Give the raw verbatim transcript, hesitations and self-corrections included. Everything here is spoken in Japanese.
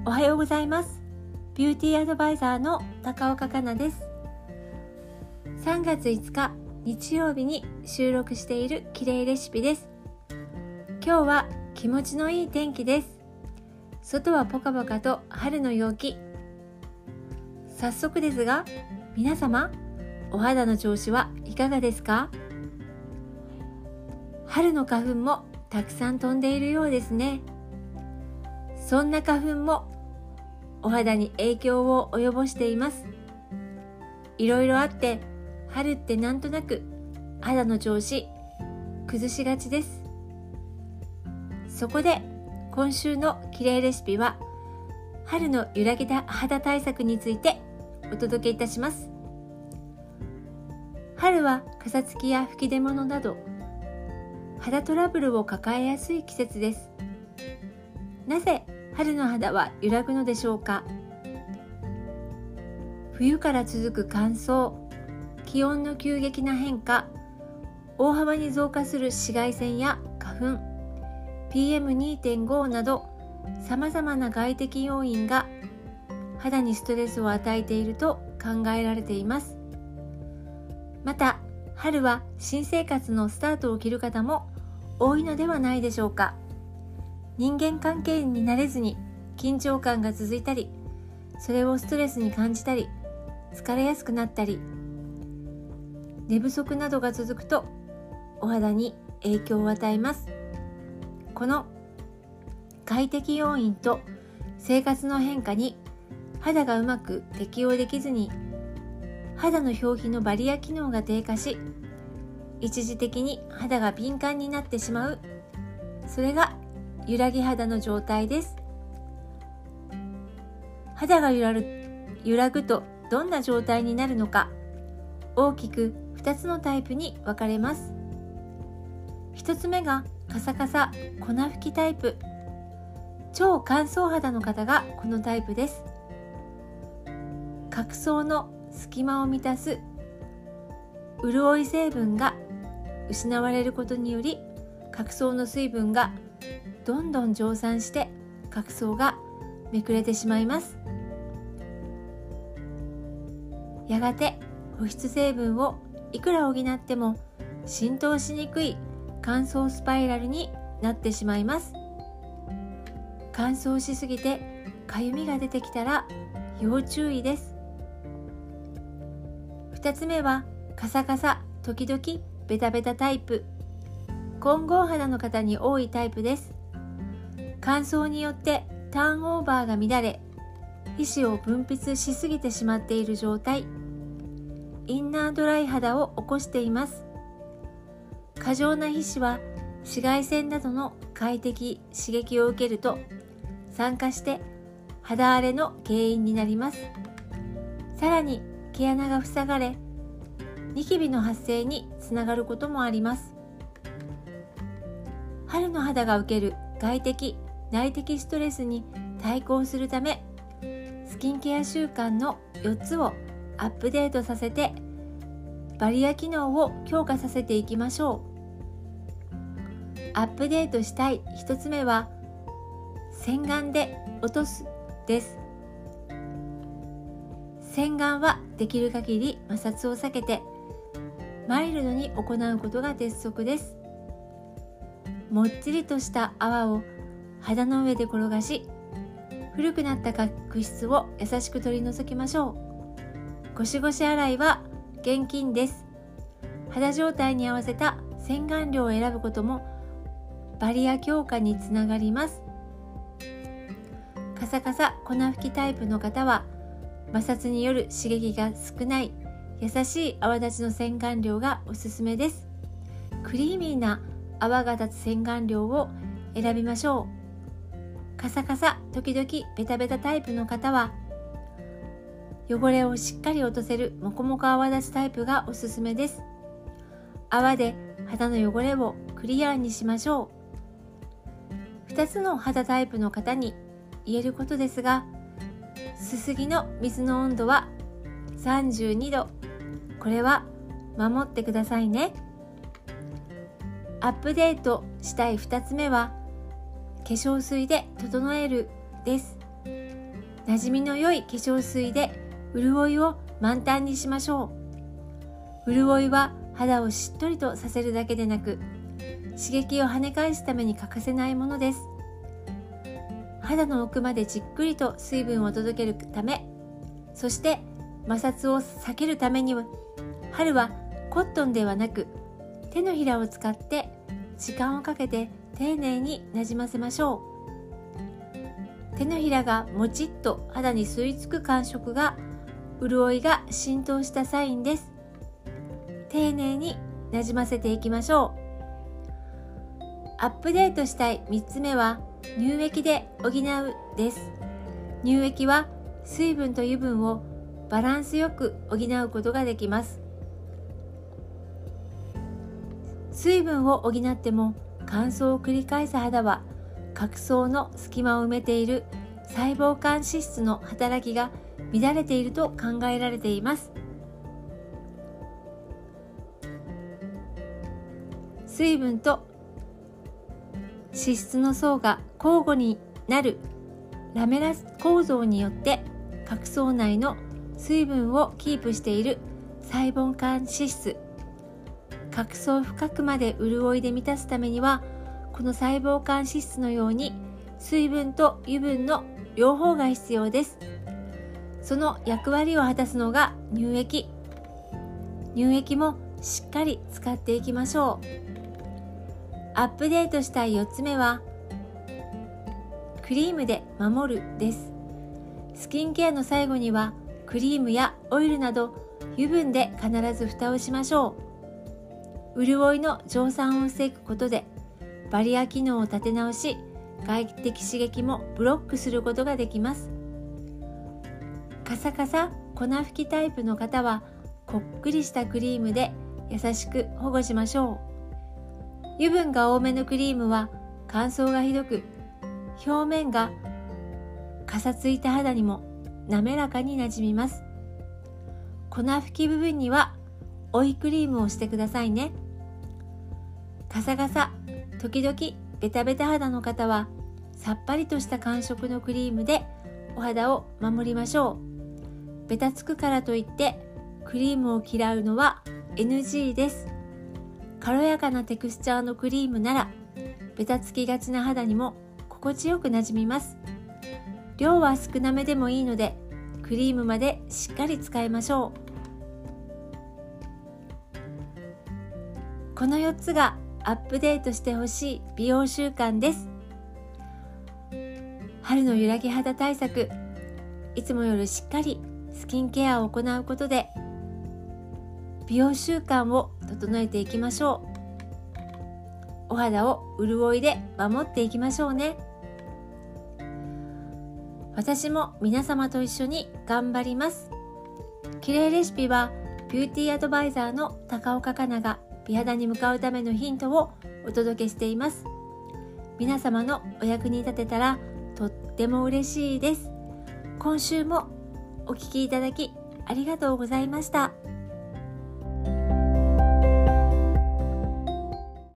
おはようございます。ビューティーアドバイザーの高岡香奈です。さんがついつか日曜日に収録しているきれいレシピです。今日は気持ちのいい天気です。外はポカポカと春の陽気。早速ですが、皆様お肌の調子はいかがですか？春の花粉もたくさん飛んでいるようですね。そんな花粉もお肌に影響を及ぼしています。いろいろあって春ってなんとなく肌の調子崩しがちです。そこで今週のきれいレシピは春の揺らぎだ肌対策についてお届けいたします。春はかさつきや吹き出物など肌トラブルを抱えやすい季節です。なぜ春の肌は揺らぐのでしょうか？冬から続く乾燥、気温の急激な変化、大幅に増加する紫外線や花粉、ピーエムにてんご などさまざまな外的要因が肌にストレスを与えていると考えられています。また春は新生活のスタートを切る方も多いのではないでしょうか。人間関係に慣れずに緊張感が続いたり、それをストレスに感じたり、疲れやすくなったり、寝不足などが続くとお肌に影響を与えます。この外的要因と生活の変化に肌がうまく適応できずに肌の表皮のバリア機能が低下し、一時的に肌が敏感になってしまう、それが揺らぎ肌の状態です。肌が揺らる、揺らぐとどんな状態になるのか、大きくふたつのタイプに分かれます。ひとつめがカサカサ粉吹きタイプ。超乾燥肌の方がこのタイプです。角層の隙間を満たす潤い成分が失われることにより、角層の水分がどんどん蒸散して角層がめくれてしまいます。やがて保湿成分をいくら補っても浸透しにくい乾燥スパイラルになってしまいます。乾燥しすぎてかゆみが出てきたら要注意です。ふたつめはカサカサ時々ベタベタタイプ。混合肌の方に多いタイプです。乾燥によってターンオーバーが乱れ、皮脂を分泌しすぎてしまっている状態、インナードライ肌を起こしています。過剰な皮脂は紫外線などの快適刺激を受けると酸化して肌荒れの原因になります。さらに毛穴が塞がれ、ニキビの発生につながることもあります。春の肌が受ける外的内的ストレスに対抗するため、スキンケア習慣のよっつをアップデートさせてバリア機能を強化させていきましょう。アップデートしたいひとつめは洗顔で落とすです。洗顔はできる限り摩擦を避けてマイルドに行うことが鉄則です。もっちりとした泡を肌の上で転がし、古くなった角質を優しく取り除きましょう。ゴシゴシ洗いは厳禁です。肌状態に合わせた洗顔料を選ぶこともバリア強化につながります。カサカサ粉吹きタイプの方は摩擦による刺激が少ない優しい泡立ちの洗顔料がおすすめです。クリーミーな泡が立つ洗顔料を選びましょう。カサカサ時々ベタベタタイプの方は汚れをしっかり落とせるモコモコ泡立ちタイプがおすすめです。泡で肌の汚れをクリアにしましょう。ふたつの肌タイプの方に言えることですが、すすぎの水の温度はさんじゅうにど、これは守ってくださいね。アップデートしたいふたつめは化粧水で整えるです。 馴染みの良い化粧水で潤いを満タンにしましょう。潤いは肌をしっとりとさせるだけでなく、刺激を跳ね返すために欠かせないものです。肌の奥までじっくりと水分を届けるため、そして摩擦を避けるためには、春はコットンではなく手のひらを使って時間をかけて丁寧になじませましょう。手のひらがもちっと肌に吸い付く感触が潤いが浸透したサインです。丁寧になじませていきましょう。アップデートしたいみっつめは乳液で補うです。乳液は水分と油分をバランスよく補うことができます。水分を補っても乾燥を繰り返す肌は、角層の隙間を埋めている細胞間脂質の働きが乱れていると考えられています。水分と脂質の層が交互になるラメラ構造によって、角層内の水分をキープしている細胞間脂質、角層深くまで潤いで満たすためには、この細胞間脂質のように水分と油分の両方が必要です。その役割を果たすのが乳液。乳液もしっかり使っていきましょう。アップデートしたいよっつめはクリームで守るです。スキンケアの最後にはクリームやオイルなど油分で必ず蓋をしましょう。潤いの蒸散を防ぐことでバリア機能を立て直し、外的刺激もブロックすることができます。カサカサ粉吹きタイプの方はこっくりしたクリームで優しく保護しましょう。油分が多めのクリームは乾燥がひどく、表面がかさついた肌にも滑らかになじみます。粉吹き部分には追いクリームをしてくださいね。カサカサ時々ベタベタ肌の方はさっぱりとした感触のクリームでお肌を守りましょう。ベタつくからといってクリームを嫌うのは エヌジー です。軽やかなテクスチャーのクリームならベタつきがちな肌にも心地よくなじみます。量は少なめでもいいのでクリームまでしっかり使いましょう。このよっつがアップデートしてほしい美容習慣です。春の揺らぎ肌対策、いつもよりしっかりスキンケアを行うことで美容習慣を整えていきましょう。お肌を潤いで守っていきましょうね。私も皆様と一緒に頑張ります。キレイレシピはビューティーアドバイザーの高岡香菜が美肌に向かうためのヒントをお届けしています。皆様のお役に立てたらとっても嬉しいです。今週もお聞きいただきありがとうございました。